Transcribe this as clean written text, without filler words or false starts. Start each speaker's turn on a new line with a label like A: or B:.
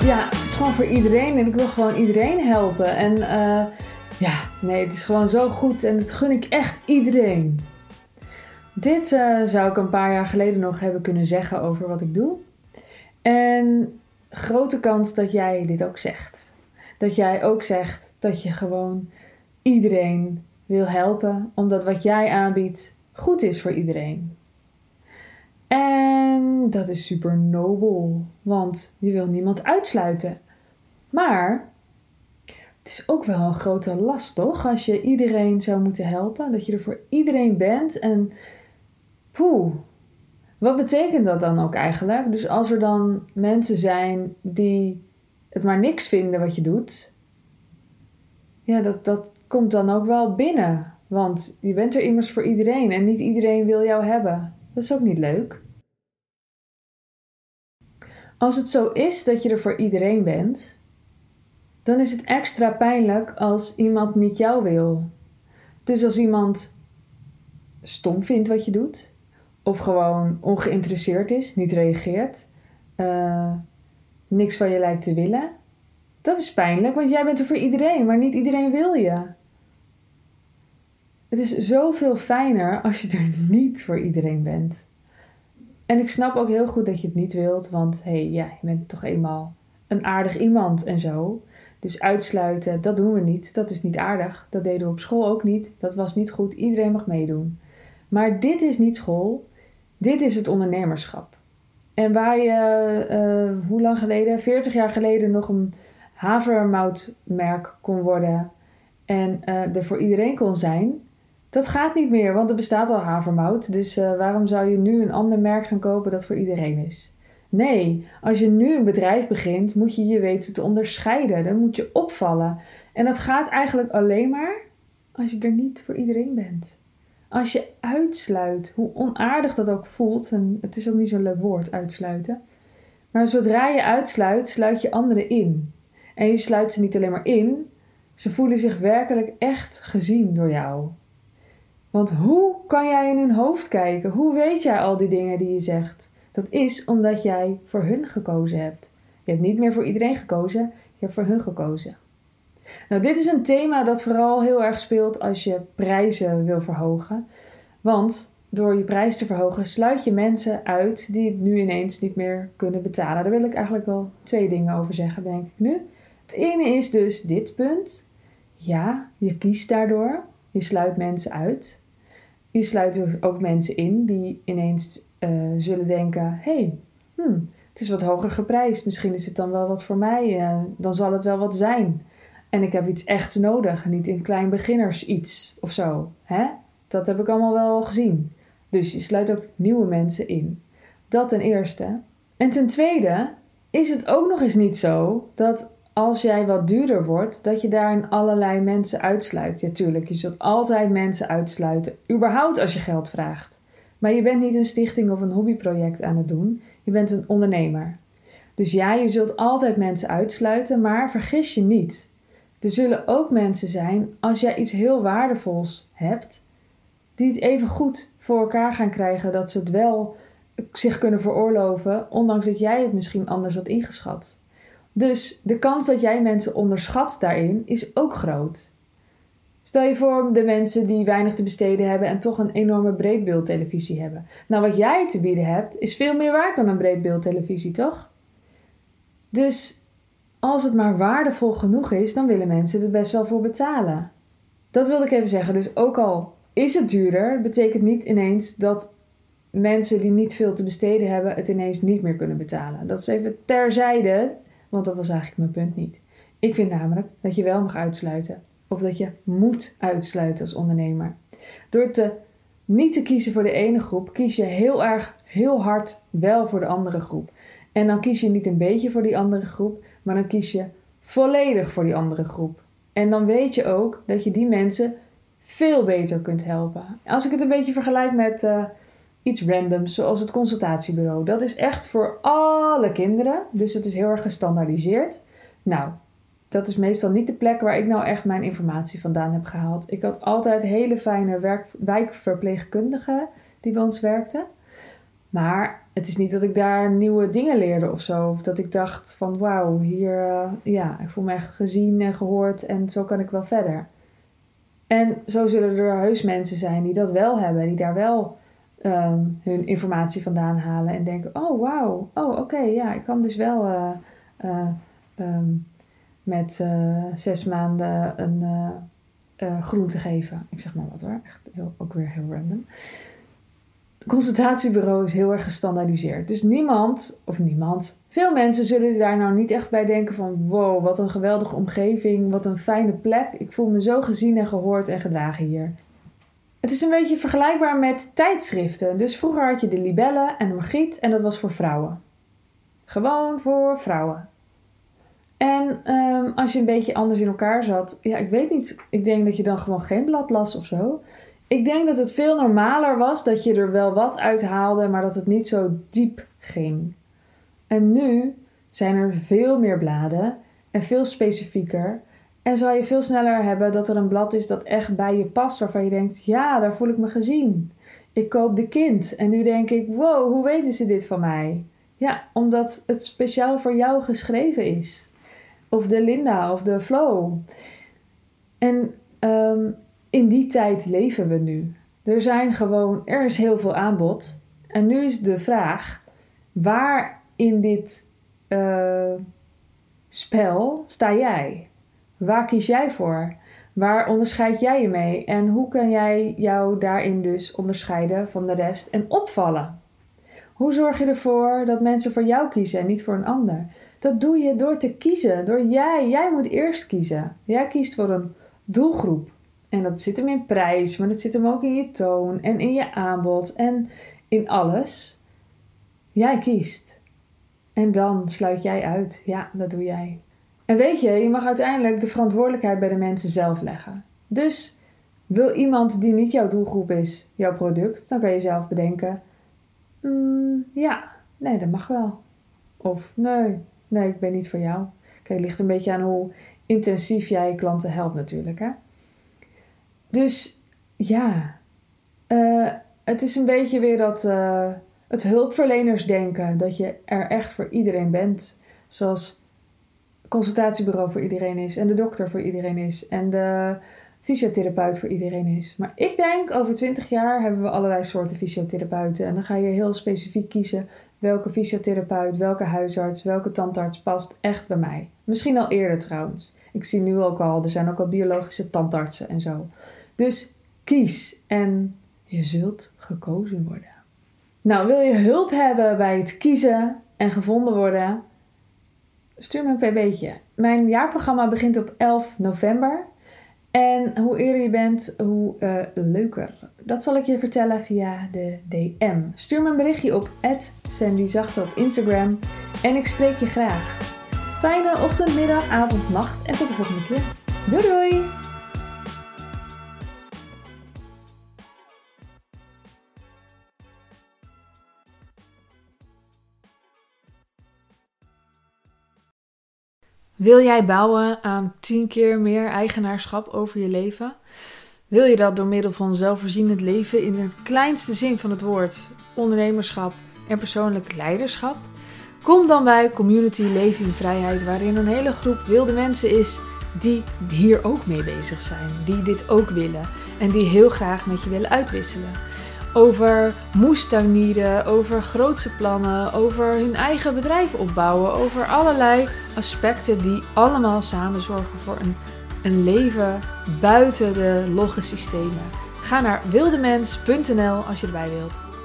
A: Ja, het is gewoon voor iedereen en ik wil gewoon iedereen helpen. En het is gewoon zo goed en dat gun ik echt iedereen. Dit zou ik een paar jaar geleden nog hebben kunnen zeggen over wat ik doe. En grote kans dat jij dit ook zegt. Dat jij ook zegt dat je gewoon iedereen wil helpen, omdat wat jij aanbiedt goed is voor iedereen. En dat is super nobel, want je wil niemand uitsluiten. Maar het is ook wel een grote last, toch? Als je iedereen zou moeten helpen, dat je er voor iedereen bent. En wat betekent dat dan ook eigenlijk? Dus als er dan mensen zijn die het maar niks vinden wat je doet, ja, dat komt dan ook wel binnen. Want je bent er immers voor iedereen en niet iedereen wil jou hebben. Dat is ook niet leuk. Als het zo is dat je er voor iedereen bent, dan is het extra pijnlijk als iemand niet jou wil. Dus als iemand stom vindt wat je doet, of gewoon ongeïnteresseerd is, niet reageert, niks van je lijkt te willen, dat is pijnlijk, want jij bent er voor iedereen, maar niet iedereen wil je. Het is zoveel fijner als je er niet voor iedereen bent. En ik snap ook heel goed dat je het niet wilt, want je bent toch eenmaal een aardig iemand en zo. Dus uitsluiten, dat doen we niet. Dat is niet aardig. Dat deden we op school ook niet. Dat was niet goed. Iedereen mag meedoen. Maar dit is niet school. Dit is het ondernemerschap. En waar je, hoe lang geleden? 40 jaar geleden nog een havermoutmerk kon worden en er voor iedereen kon zijn. Dat gaat niet meer, want er bestaat al havermout. Dus waarom zou je nu een ander merk gaan kopen dat voor iedereen is? Nee, als je nu een bedrijf begint, moet je je weten te onderscheiden. Dan moet je opvallen. En dat gaat eigenlijk alleen maar als je er niet voor iedereen bent. Als je uitsluit, hoe onaardig dat ook voelt. En het is ook niet zo'n leuk woord, uitsluiten. Maar zodra je uitsluit, sluit je anderen in. En je sluit ze niet alleen maar in. Ze voelen zich werkelijk echt gezien door jou. Want hoe kan jij in hun hoofd kijken? Hoe weet jij al die dingen die je zegt? Dat is omdat jij voor hun gekozen hebt. Je hebt niet meer voor iedereen gekozen, je hebt voor hun gekozen. Nou, dit is een thema dat vooral heel erg speelt als je prijzen wil verhogen. Want door je prijs te verhogen sluit je mensen uit die het nu ineens niet meer kunnen betalen. Daar wil ik eigenlijk wel 2 dingen over zeggen, denk ik nu. Het ene is dus dit punt. Ja, je kiest daardoor. Je sluit mensen uit. Je sluit dus ook mensen in die ineens zullen denken, het is wat hoger geprijsd. Misschien is het dan wel wat voor mij. Dan zal het wel wat zijn. En ik heb iets echts nodig. Niet een klein beginners iets of zo. Hè? Dat heb ik allemaal wel gezien. Dus je sluit ook nieuwe mensen in. Dat ten eerste. En ten tweede is het ook nog eens niet zo dat als jij wat duurder wordt, dat je daarin allerlei mensen uitsluit. Ja, tuurlijk, je zult altijd mensen uitsluiten. Überhaupt als je geld vraagt. Maar je bent niet een stichting of een hobbyproject aan het doen. Je bent een ondernemer. Dus ja, je zult altijd mensen uitsluiten, maar vergis je niet. Er zullen ook mensen zijn, als jij iets heel waardevols hebt, die het even goed voor elkaar gaan krijgen, dat ze het wel zich kunnen veroorloven, ondanks dat jij het misschien anders had ingeschat. Dus de kans dat jij mensen onderschat daarin is ook groot. Stel je voor de mensen die weinig te besteden hebben en toch een enorme breedbeeldtelevisie hebben. Nou, wat jij te bieden hebt is veel meer waard dan een breedbeeldtelevisie, toch? Dus als het maar waardevol genoeg is, dan willen mensen er best wel voor betalen. Dat wilde ik even zeggen. Dus ook al is het duurder, betekent niet ineens dat mensen die niet veel te besteden hebben het ineens niet meer kunnen betalen. Dat is even terzijde, want dat was eigenlijk mijn punt niet. Ik vind namelijk dat je wel mag uitsluiten. Of dat je moet uitsluiten als ondernemer. Door niet te kiezen voor de ene groep, kies je heel hard wel voor de andere groep. En dan kies je niet een beetje voor die andere groep, maar dan kies je volledig voor die andere groep. En dan weet je ook dat je die mensen veel beter kunt helpen. Als ik het een beetje vergelijk met iets randoms, zoals het consultatiebureau. Dat is echt voor alle kinderen, dus het is heel erg gestandaardiseerd. Nou, dat is meestal niet de plek waar ik nou echt mijn informatie vandaan heb gehaald. Ik had altijd hele fijne wijkverpleegkundigen die bij ons werkten. Maar het is niet dat ik daar nieuwe dingen leerde of zo. Of dat ik dacht van wauw, hier, ik voel me echt gezien en gehoord en zo kan ik wel verder. En zo zullen er heus mensen zijn die dat wel hebben. Die daar wel hun informatie vandaan halen en denken, oh wauw, oh oké, ik kan dus wel met 6 maanden een groente geven. Ik zeg maar wat hoor, echt ook weer heel random. Het consultatiebureau is heel erg gestandaardiseerd. Dus veel mensen zullen daar nou niet echt bij denken van wow, wat een geweldige omgeving, wat een fijne plek. Ik voel me zo gezien en gehoord en gedragen hier. Het is een beetje vergelijkbaar met tijdschriften. Dus vroeger had je de Libelle en de Margriet en dat was voor vrouwen. Gewoon voor vrouwen. En als je een beetje anders in elkaar zat, ik weet niet, ik denk dat je dan gewoon geen blad las of zo. Ik denk dat het veel normaler was dat je er wel wat uit haalde, maar dat het niet zo diep ging. En nu zijn er veel meer bladen en veel specifieker. En zal je veel sneller hebben dat er een blad is dat echt bij je past, waarvan je denkt, ja, daar voel ik me gezien. Ik koop de Kind en nu denk ik, wow, hoe weten ze dit van mij? Ja, omdat het speciaal voor jou geschreven is. Of de Linda of de Flo. En in die tijd leven we nu. Er is heel veel aanbod. En nu is de vraag, waar in dit spel sta jij? Waar kies jij voor? Waar onderscheid jij je mee? En hoe kan jij jou daarin dus onderscheiden van de rest en opvallen? Hoe zorg je ervoor dat mensen voor jou kiezen en niet voor een ander? Dat doe je door te kiezen. Jij moet eerst kiezen. Jij kiest voor een doelgroep. En dat zit hem in prijs, maar dat zit hem ook in je toon en in je aanbod en in alles. Jij kiest. En dan sluit jij uit. Ja, dat doe jij. En weet je mag uiteindelijk de verantwoordelijkheid bij de mensen zelf leggen. Dus wil iemand die niet jouw doelgroep is, jouw product, dan kan je zelf bedenken, nee, dat mag wel. Of nee, ik ben niet voor jou. Kijk, het ligt een beetje aan hoe intensief jij klanten helpt natuurlijk, hè. Dus het is een beetje weer het hulpverlenersdenken, dat je er echt voor iedereen bent. Zoals het consultatiebureau voor iedereen is en de dokter voor iedereen is en de fysiotherapeut voor iedereen is. Maar ik denk, over 20 jaar hebben we allerlei soorten fysiotherapeuten. En dan ga je heel specifiek kiezen welke fysiotherapeut, welke huisarts, welke tandarts past echt bij mij. Misschien al eerder trouwens. Ik zie nu ook al, er zijn ook al biologische tandartsen en zo. Dus kies en je zult gekozen worden. Nou, wil je hulp hebben bij het kiezen en gevonden worden? Stuur me een pb'tje. Mijn jaarprogramma begint op 11 november. En hoe eerder je bent, hoe leuker. Dat zal ik je vertellen via de DM. Stuur me een berichtje op @sandyzachte op Instagram. En ik spreek je graag. Fijne ochtend, middag, avond, nacht. En tot de volgende keer. Doei doei! Wil jij bouwen aan 10 keer meer eigenaarschap over je leven? Wil je dat door middel van zelfvoorzienend leven in het kleinste zin van het woord, ondernemerschap en persoonlijk leiderschap? Kom dan bij Community Leven in Vrijheid, waarin een hele groep wilde mensen is die hier ook mee bezig zijn, die dit ook willen en die heel graag met je willen uitwisselen. Over moestuinieren, over grootse plannen, over hun eigen bedrijf opbouwen, over allerlei aspecten die allemaal samen zorgen voor een leven buiten de logge systemen. Ga naar wildemens.nl als je erbij wilt.